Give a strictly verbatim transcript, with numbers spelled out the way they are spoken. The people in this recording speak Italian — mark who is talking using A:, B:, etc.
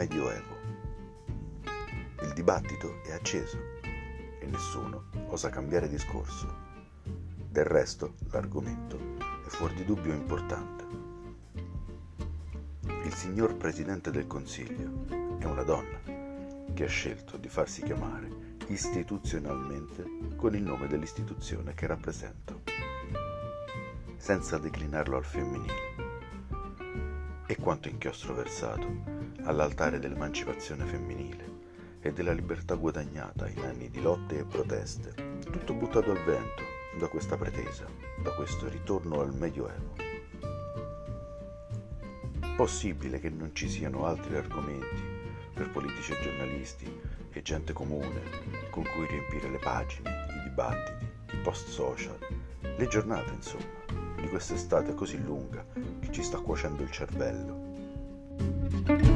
A: Medioevo. Il dibattito è acceso e nessuno osa cambiare discorso. Del resto, l'argomento è fuor di dubbio importante. Il signor Presidente del Consiglio è una donna che ha scelto di farsi chiamare istituzionalmente con il nome dell'istituzione che rappresento, senza declinarlo al femminile. E quanto inchiostro versato all'altare dell'emancipazione femminile e della libertà guadagnata in anni di lotte e proteste, tutto buttato al vento da questa pretesa, da questo ritorno al Medioevo. Possibile che non ci siano altri argomenti per politici e giornalisti e gente comune con cui riempire le pagine, i dibattiti, i post social, le giornate, insomma, di quest'estate così lunga che ci sta cuocendo il cervello.